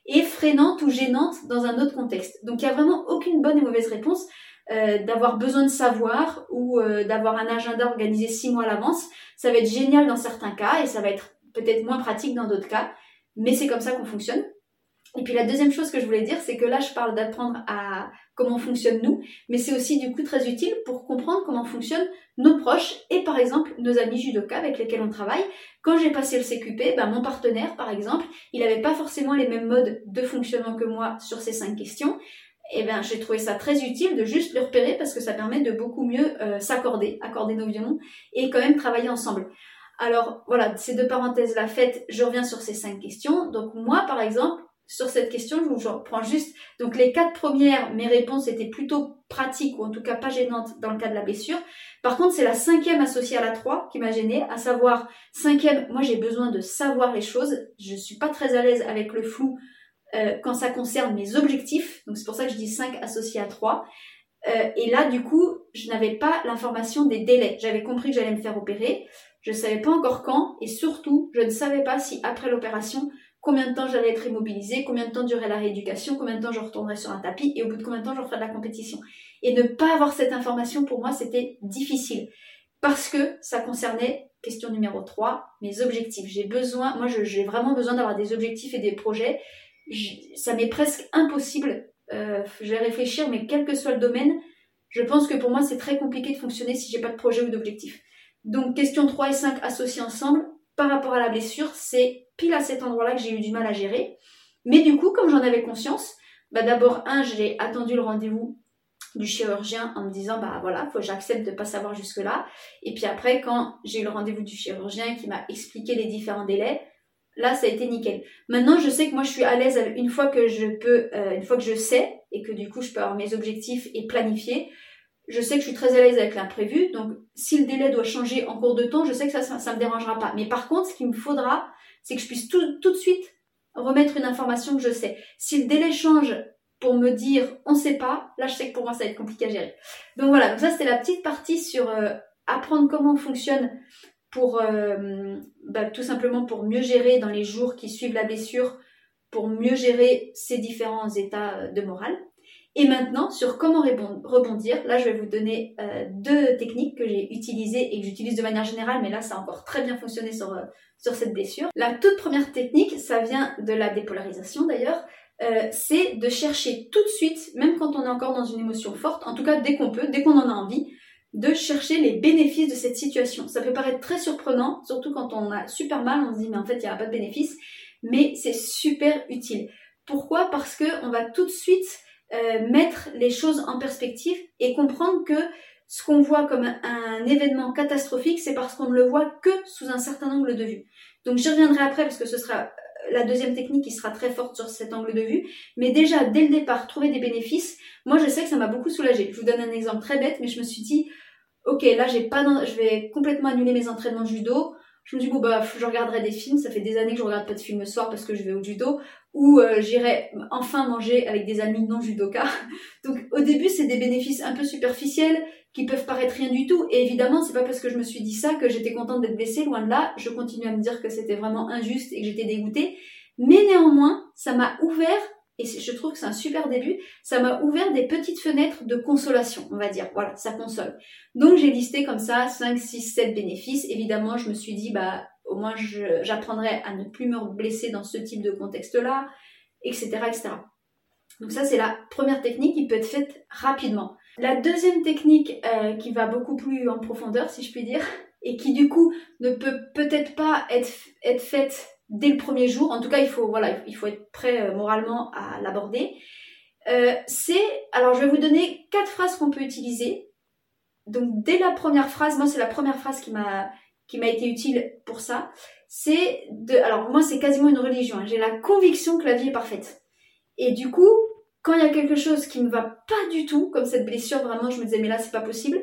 et freinante ou gênante dans un autre contexte. Donc il n'y a vraiment aucune bonne et mauvaise réponse. Euh, d'avoir besoin de savoir ou euh, d'avoir un agenda organisé six mois à l'avance, ça va être génial dans certains cas et ça va être peut-être moins pratique dans d'autres cas, mais c'est comme ça qu'on fonctionne. Et puis la deuxième chose que je voulais dire, c'est que là je parle d'apprendre à comment fonctionne nous, mais c'est aussi du coup très utile pour comprendre comment fonctionnent nos proches et par exemple nos amis judokas avec lesquels on travaille. Quand j'ai passé le C Q P, ben, mon partenaire par exemple, il n'avait pas forcément les mêmes modes de fonctionnement que moi sur ces cinq questions. Et ben j'ai trouvé ça très utile de juste le repérer parce que ça permet de beaucoup mieux euh, s'accorder, accorder nos violons et quand même travailler ensemble. Alors voilà, ces deux parenthèses là faites, je reviens sur ces cinq questions. Donc moi par exemple, sur cette question, je vous reprends juste. Donc les quatre premières, mes réponses étaient plutôt pratiques ou en tout cas pas gênantes dans le cas de la blessure. Par contre, c'est la cinquième associée à la trois qui m'a gênée, à savoir cinquième, moi j'ai besoin de savoir les choses. Je suis pas très à l'aise avec le flou euh, quand ça concerne mes objectifs. Donc c'est pour ça que je dis cinq associés à trois. Euh, et là, du coup, je n'avais pas l'information des délais. J'avais compris que j'allais me faire opérer. Je ne savais pas encore quand et surtout, je ne savais pas si après l'opération, combien de temps j'allais être immobilisée, combien de temps durait la rééducation, combien de temps je retournerais sur un tapis et au bout de combien de temps je referais de la compétition. Et ne pas avoir cette information, pour moi, c'était difficile. Parce que ça concernait, question numéro trois, mes objectifs. J'ai besoin, moi je, j'ai vraiment besoin d'avoir des objectifs et des projets. Je, ça m'est presque impossible, euh, je vais réfléchir, mais quel que soit le domaine, je pense que pour moi c'est très compliqué de fonctionner si j'ai pas de projet ou d'objectif. Donc question trois et cinq associées ensemble, par rapport à la blessure, c'est pile à cet endroit-là que j'ai eu du mal à gérer. Mais du coup, comme j'en avais conscience, bah d'abord, un, j'ai attendu le rendez-vous du chirurgien en me disant, bah voilà, faut que j'accepte de pas savoir jusque-là. Et puis après, quand j'ai eu le rendez-vous du chirurgien qui m'a expliqué les différents délais, là, ça a été nickel. Maintenant, je sais que moi, je suis à l'aise une fois que je peux, euh, une fois que je sais, et que du coup, je peux avoir mes objectifs et planifier. Je sais que je suis très à l'aise avec l'imprévu, donc si le délai doit changer en cours de temps, je sais que ça, ça, ça me dérangera pas. Mais par contre, ce qu'il me faudra, c'est que je puisse tout, tout de suite remettre une information que je sais. Si le délai change pour me dire on sait pas, là je sais que pour moi ça va être compliqué à gérer. Donc voilà, donc ça c'était la petite partie sur euh, apprendre comment on fonctionne pour euh, bah, tout simplement pour mieux gérer dans les jours qui suivent la blessure, pour mieux gérer ces différents états de morale. Et maintenant, sur comment rebondir, là je vais vous donner euh, deux techniques que j'ai utilisées et que j'utilise de manière générale, mais là ça a encore très bien fonctionné sur, euh, sur cette blessure. La toute première technique, ça vient de la dépolarisation d'ailleurs, euh, c'est de chercher tout de suite, même quand on est encore dans une émotion forte, en tout cas dès qu'on peut, dès qu'on en a envie, de chercher les bénéfices de cette situation. Ça peut paraître très surprenant, surtout quand on a super mal, on se dit mais en fait il n'y a pas de bénéfice, mais c'est super utile. Pourquoi ? Parce qu'on va tout de suite Euh, mettre les choses en perspective et comprendre que ce qu'on voit comme un, un événement catastrophique, c'est parce qu'on ne le voit que sous un certain angle de vue. Donc j'y reviendrai après parce que ce sera la deuxième technique qui sera très forte sur cet angle de vue. Mais déjà, dès le départ, trouver des bénéfices, moi je sais que ça m'a beaucoup soulagée. Je vous donne un exemple très bête, mais je me suis dit, ok, là j'ai pas, je vais complètement annuler mes entraînements de judo. Je me dis, bon, bah, je regarderai des films. Ça fait des années que je regarde pas de films le soir parce que je vais au judo. Ou euh, j'irai enfin manger avec des amis non judokas. Donc, au début, c'est des bénéfices un peu superficiels qui peuvent paraître rien du tout. Et évidemment, c'est pas parce que je me suis dit ça que j'étais contente d'être blessée. Loin de là, je continue à me dire que c'était vraiment injuste et que j'étais dégoûtée. Mais néanmoins, ça m'a ouvert, et je trouve que c'est un super début, ça m'a ouvert des petites fenêtres de consolation, on va dire. Voilà, ça console. Donc j'ai listé comme ça cinq, six, sept bénéfices. Évidemment, je me suis dit, bah au moins je, j'apprendrai à ne plus me blesser dans ce type de contexte-là, et cetera, et cetera. Donc ça, c'est la première technique qui peut être faite rapidement. La deuxième technique euh, qui va beaucoup plus en profondeur, si je puis dire, et qui du coup ne peut peut-être pas être, être faite dès le premier jour, en tout cas il faut, voilà, il faut être prêt euh, moralement à l'aborder, euh, c'est, alors je vais vous donner quatre phrases qu'on peut utiliser. Donc dès la première phrase, moi c'est la première phrase qui m'a, qui m'a été utile pour ça, c'est de, alors moi c'est quasiment une religion, hein, j'ai la conviction que la vie est parfaite. Et du coup, quand il y a quelque chose qui ne va pas du tout, comme cette blessure, vraiment je me disais mais là c'est pas possible,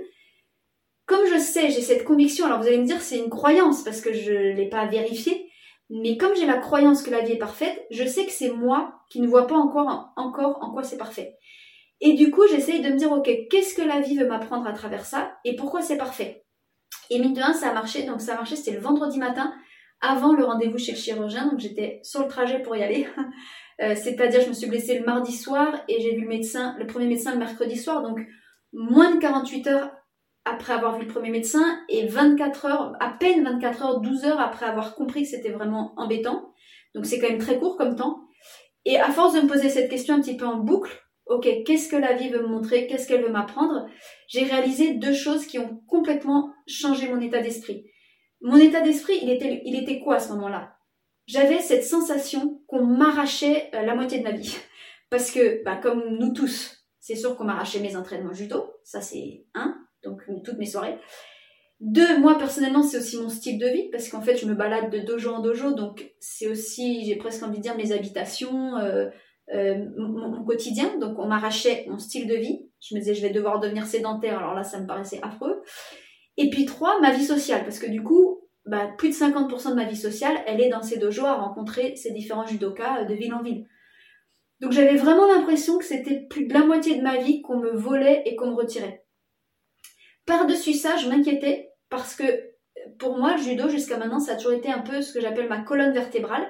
comme je sais, j'ai cette conviction, alors vous allez me dire c'est une croyance parce que je l'ai pas vérifiée, mais comme j'ai la croyance que la vie est parfaite, je sais que c'est moi qui ne vois pas encore, encore en quoi c'est parfait. Et du coup, j'essaye de me dire, ok, qu'est-ce que la vie veut m'apprendre à travers ça et pourquoi c'est parfait. Et mine de rien, ça a marché. Donc ça a marché, c'était le vendredi matin, avant le rendez-vous chez le chirurgien. Donc j'étais sur le trajet pour y aller. Euh, c'est-à-dire, je me suis blessée le mardi soir et j'ai vu le médecin, le premier médecin le mercredi soir, donc moins de quarante-huit heures après avoir vu le premier médecin et vingt-quatre heures, à peine vingt-quatre heures, douze heures après avoir compris que c'était vraiment embêtant. Donc c'est quand même très court comme temps. Et à force de me poser cette question un petit peu en boucle, ok, qu'est-ce que la vie veut me montrer, qu'est-ce qu'elle veut m'apprendre, j'ai réalisé deux choses qui ont complètement changé mon état d'esprit. Mon état d'esprit, il était, il était quoi à ce moment-là? J'avais cette sensation qu'on m'arrachait euh, la moitié de ma vie. Parce que, bah, comme nous tous, c'est sûr qu'on m'arrachait mes entraînements judo, ça c'est un, donc toutes mes soirées. Deux, moi personnellement, c'est aussi mon style de vie, parce qu'en fait, je me balade de dojo en dojo, donc c'est aussi, j'ai presque envie de dire, mes habitations, euh, euh, mon, mon quotidien, donc on m'arrachait mon style de vie. Je me disais, je vais devoir devenir sédentaire, alors là, ça me paraissait affreux. Et puis trois, ma vie sociale, parce que du coup, bah, plus de cinquante pour cent de ma vie sociale, elle est dans ces dojos à rencontrer ces différents judokas de ville en ville. Donc j'avais vraiment l'impression que c'était plus de la moitié de ma vie qu'on me volait et qu'on me retirait. Par-dessus ça, je m'inquiétais parce que pour moi, le judo, jusqu'à maintenant, ça a toujours été un peu ce que j'appelle ma colonne vertébrale.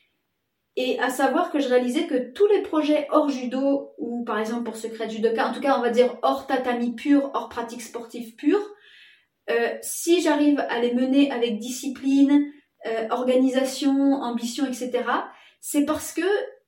Et à savoir que je réalisais que tous les projets hors judo, ou par exemple pour Secret Judoka, en tout cas on va dire hors tatami pur, hors pratique sportive pure, euh, si j'arrive à les mener avec discipline, euh, organisation, ambition, et cetera, c'est parce que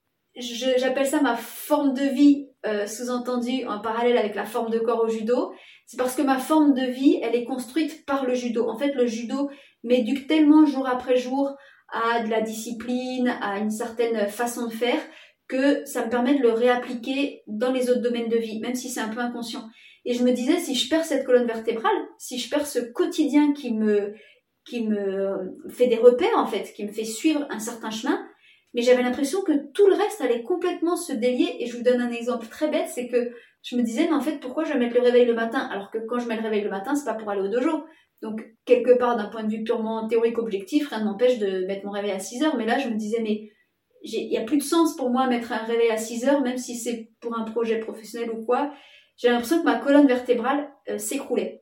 je, j'appelle ça ma forme de vie, euh, sous-entendu en parallèle avec la forme de corps au judo. C'est parce que ma forme de vie, elle est construite par le judo. En fait, le judo m'éduque tellement jour après jour à de la discipline, à une certaine façon de faire, que ça me permet de le réappliquer dans les autres domaines de vie, même si c'est un peu inconscient. Et je me disais, si je perds cette colonne vertébrale, si je perds ce quotidien qui me, qui me fait des repères, en fait, qui me fait suivre un certain chemin, mais j'avais l'impression que tout le reste allait complètement se délier. Et je vous donne un exemple très bête, c'est que je me disais, mais en fait, pourquoi je vais mettre le réveil le matin? Alors que quand je mets le réveil le matin, c'est pas pour aller au dojo. Donc, quelque part, d'un point de vue purement théorique objectif, rien ne m'empêche de mettre mon réveil à six heures. Mais là, je me disais, mais il n'y a plus de sens pour moi mettre un réveil à six heures, même si c'est pour un projet professionnel ou quoi. J'ai l'impression que ma colonne vertébrale euh, s'écroulait.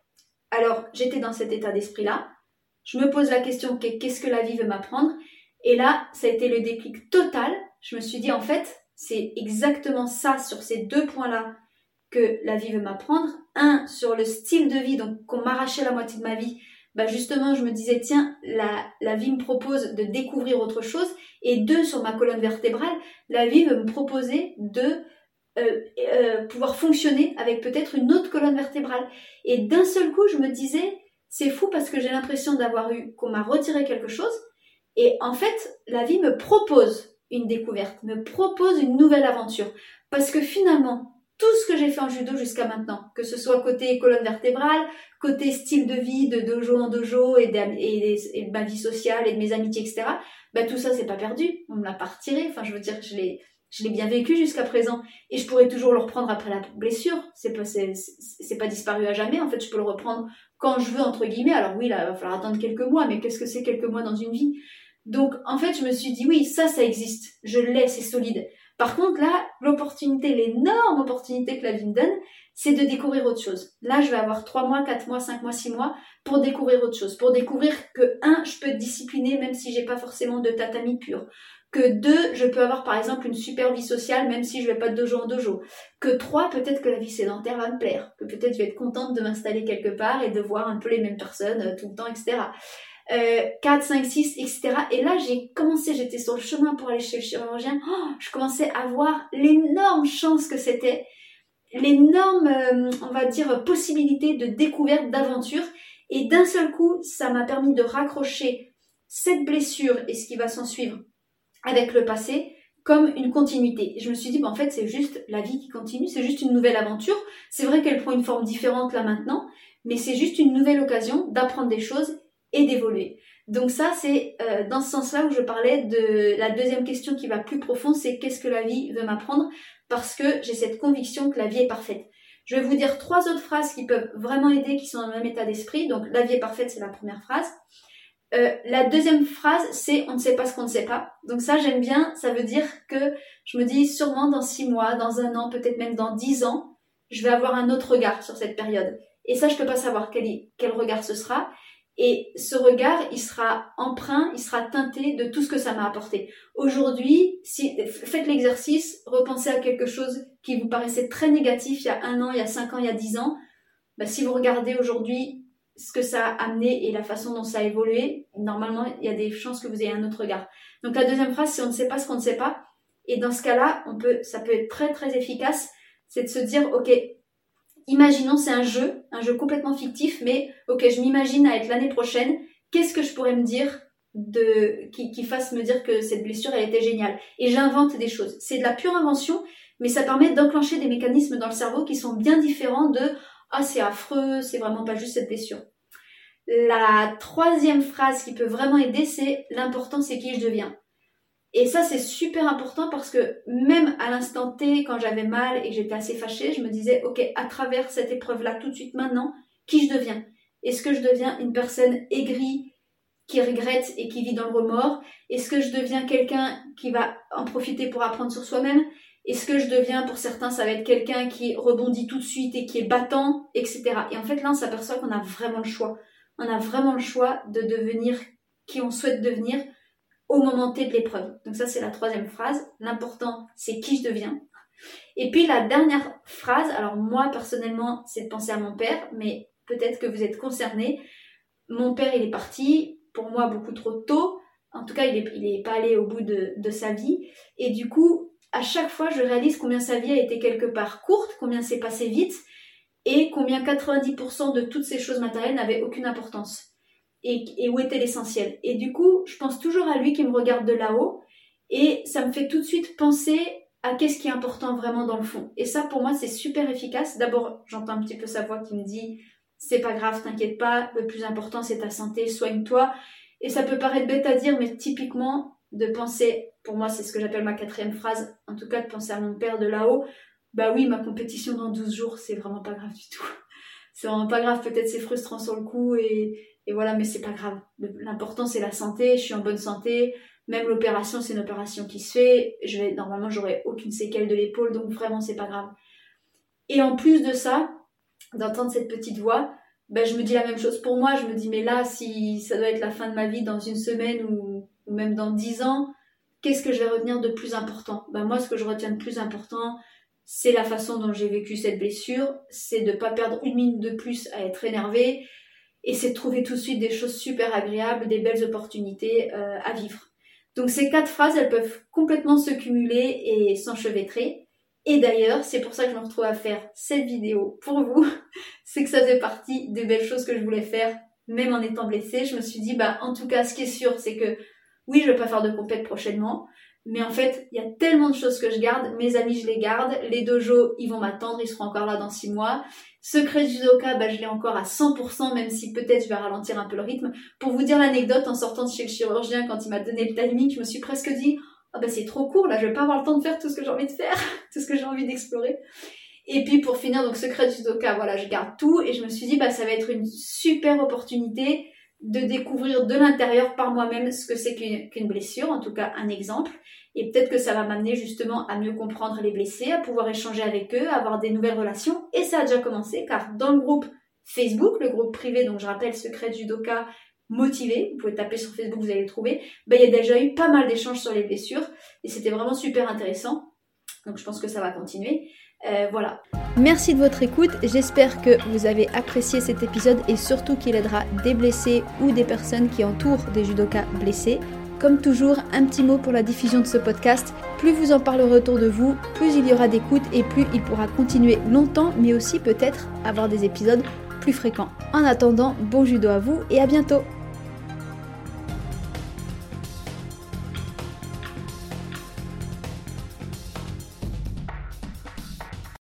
Alors, j'étais dans cet état d'esprit-là. Je me pose la question, qu'est-ce que la vie veut m'apprendre? Et là, ça a été le déclic total. Je me suis dit, en fait, c'est exactement ça, sur ces deux points-là, que la vie veut m'apprendre. Un, sur le style de vie, donc qu'on m'arrachait la moitié de ma vie. Bah justement, je me disais, tiens, la, la vie me propose de découvrir autre chose. Et deux, sur ma colonne vertébrale, la vie veut me proposer de euh, euh, pouvoir fonctionner avec peut-être une autre colonne vertébrale. Et d'un seul coup, je me disais, c'est fou parce que j'ai l'impression d'avoir eu, qu'on m'a retiré quelque chose. Et en fait, la vie me propose une découverte, me propose une nouvelle aventure. Parce que finalement, tout ce que j'ai fait en judo jusqu'à maintenant, que ce soit côté colonne vertébrale, côté style de vie, de dojo en dojo, et de, et, et de ma vie sociale, et de mes amitiés, et cetera, ben tout ça, c'est pas perdu. On me l'a pas retiré. Enfin, je veux dire, je l'ai, je l'ai bien vécu jusqu'à présent. Et je pourrais toujours le reprendre après la blessure. C'est pas, c'est, c'est, c'est pas disparu à jamais. En fait, je peux le reprendre quand je veux, entre guillemets. Alors oui, là, il va falloir attendre quelques mois, mais qu'est-ce que c'est quelques mois dans une vie? Donc, en fait, je me suis dit, oui, ça, ça existe. Je l'ai, c'est solide. Par contre, là, l'opportunité, l'énorme opportunité que la vie me donne, c'est de découvrir autre chose. Là, je vais avoir trois mois, quatre mois, cinq mois, six mois pour découvrir autre chose. Pour découvrir que, un, je peux être disciplinée même si j'ai pas forcément de tatami pur. Que deux, je peux avoir par exemple une super vie sociale même si je vais pas de dojo en dojo. Que trois, peut-être que la vie sédentaire va me plaire. Que peut-être je vais être contente de m'installer quelque part et de voir un peu les mêmes personnes euh, tout le temps, et cetera. Euh, quatre, cinq, six, et cetera. Et là, j'ai commencé, j'étais sur le chemin pour aller chez le chirurgien. Oh, je commençais à voir l'énorme chance que c'était, l'énorme, euh, on va dire, possibilité de découverte, d'aventure. Et d'un seul coup, ça m'a permis de raccrocher cette blessure et ce qui va s'en suivre avec le passé comme une continuité. Et je me suis dit, bah, en fait, c'est juste la vie qui continue, c'est juste une nouvelle aventure. C'est vrai qu'elle prend une forme différente là maintenant, mais c'est juste une nouvelle occasion d'apprendre des choses et d'évoluer. Donc ça, c'est euh, dans ce sens-là où je parlais de la deuxième question qui va plus profond, c'est qu'est-ce que la vie veut m'apprendre? Parce que j'ai cette conviction que la vie est parfaite. Je vais vous dire trois autres phrases qui peuvent vraiment aider, qui sont dans le même état d'esprit. Donc la vie est parfaite, c'est la première phrase. Euh, la deuxième phrase, c'est on ne sait pas ce qu'on ne sait pas. Donc ça, j'aime bien. Ça veut dire que je me dis sûrement dans six mois, dans un an, peut-être même dans dix ans, je vais avoir un autre regard sur cette période. Et ça, je peux pas savoir quel, quel regard ce sera. Et ce regard, il sera empreint, il sera teinté de tout ce que ça m'a apporté. Aujourd'hui, si, faites l'exercice, repensez à quelque chose qui vous paraissait très négatif il y a un an, il y a cinq ans, il y a dix ans. Bah, si vous regardez aujourd'hui ce que ça a amené et la façon dont ça a évolué, normalement, il y a des chances que vous ayez un autre regard. Donc la deuxième phrase, c'est on ne sait pas ce qu'on ne sait pas. Et dans ce cas-là, on peut, ça peut être très très efficace, c'est de se dire, ok, imaginons c'est un jeu, un jeu complètement fictif, mais ok, je m'imagine à être l'année prochaine, qu'est-ce que je pourrais me dire de, qui, qui fasse me dire que cette blessure elle était géniale. Et j'invente des choses. C'est de la pure invention, mais ça permet d'enclencher des mécanismes dans le cerveau qui sont bien différents de ah c'est affreux, c'est vraiment pas juste cette blessure. La troisième phrase qui peut vraiment aider, c'est l'important c'est qui je deviens. Et ça, c'est super important parce que même à l'instant T, quand j'avais mal et que j'étais assez fâchée, je me disais, ok, à travers cette épreuve-là, tout de suite, maintenant, qui je deviens ? Est-ce que je deviens une personne aigrie, qui regrette et qui vit dans le remords ? Est-ce que je deviens quelqu'un qui va en profiter pour apprendre sur soi-même ? Est-ce que je deviens, pour certains, ça va être quelqu'un qui rebondit tout de suite et qui est battant, et cetera. Et en fait, là, on s'aperçoit qu'on a vraiment le choix. On a vraiment le choix de devenir qui on souhaite devenir au moment T de l'épreuve. Donc ça, c'est la troisième phrase. L'important, c'est qui je deviens. Et puis la dernière phrase, alors moi, personnellement, c'est de penser à mon père, mais peut-être que vous êtes concernés. Mon père, il est parti, pour moi, beaucoup trop tôt. En tout cas, il est, il est pas allé au bout de, de sa vie. Et du coup, à chaque fois, je réalise combien sa vie a été quelque part courte, combien c'est passé vite, et combien quatre-vingt-dix pour cent de toutes ces choses matérielles n'avaient aucune importance. Et, et où était l'essentiel. Et du coup, je pense toujours à lui qui me regarde de là-haut et ça me fait tout de suite penser à qu'est-ce qui est important vraiment dans le fond. Et ça, pour moi, c'est super efficace. D'abord, j'entends un petit peu sa voix qui me dit « c'est pas grave, t'inquiète pas, le plus important, c'est ta santé, soigne-toi ». Et ça peut paraître bête à dire, mais typiquement, de penser, pour moi, c'est ce que j'appelle ma quatrième phrase, en tout cas, de penser à mon père de là-haut, bah oui, ma compétition dans douze jours, c'est vraiment pas grave du tout. C'est vraiment pas grave, peut-être c'est frustrant sur le coup et... Et voilà, mais c'est pas grave. L'important, c'est la santé. Je suis en bonne santé. Même l'opération, c'est une opération qui se fait. Je vais, normalement, j'aurai aucune séquelle de l'épaule, donc vraiment, c'est pas grave. Et en plus de ça, d'entendre cette petite voix, ben, je me dis la même chose pour moi. Je me dis, mais là, si ça doit être la fin de ma vie dans une semaine ou, ou même dans dix ans, qu'est-ce que je vais retenir de plus important ? Ben, moi, ce que je retiens de plus important, c'est la façon dont j'ai vécu cette blessure. C'est de pas perdre une minute de plus à être énervée. Et c'est de trouver tout de suite des choses super agréables, des belles opportunités euh, à vivre. Donc ces quatre phrases, elles peuvent complètement se cumuler et s'enchevêtrer. Et d'ailleurs, c'est pour ça que je me retrouve à faire cette vidéo pour vous. C'est que ça fait partie des belles choses que je voulais faire, même en étant blessée. Je me suis dit, bah en tout cas, ce qui est sûr, c'est que oui, je vais pas faire de compète prochainement. Mais en fait, il y a tellement de choses que je garde. Mes amis, je les garde. Les dojos, ils vont m'attendre. Ils seront encore là dans six mois. Secret judoka, bah, je l'ai encore à cent pour cent, même si peut-être je vais ralentir un peu le rythme. Pour vous dire l'anecdote, en sortant de chez le chirurgien, quand il m'a donné le timing, je me suis presque dit « Ah bah c'est trop court, là, je vais pas avoir le temps de faire tout ce que j'ai envie de faire, tout ce que j'ai envie d'explorer. » Et puis pour finir, donc secret judoka, voilà, je garde tout. Et je me suis dit « Bah ça va être une super opportunité de découvrir de l'intérieur par moi-même ce que c'est qu'une, qu'une blessure, en tout cas un exemple. Et peut-être que ça va m'amener justement à mieux comprendre les blessés, à pouvoir échanger avec eux, à avoir des nouvelles relations. Et ça a déjà commencé, car dans le groupe Facebook, le groupe privé, donc je rappelle, Secret Judoka Motivé, vous pouvez taper sur Facebook, vous allez le trouver, ben, il y a déjà eu pas mal d'échanges sur les blessures, et c'était vraiment super intéressant. Donc je pense que ça va continuer. Euh, voilà.
Merci de votre écoute, j'espère que vous avez apprécié cet épisode et surtout qu'il aidera des blessés ou des personnes qui entourent des judokas blessés. Comme toujours, un petit mot pour la diffusion de ce podcast. Plus vous en parlerez autour de vous, plus il y aura d'écoute et plus il pourra continuer longtemps, mais aussi peut-être avoir des épisodes plus fréquents. En attendant, bon judo à vous et à bientôt!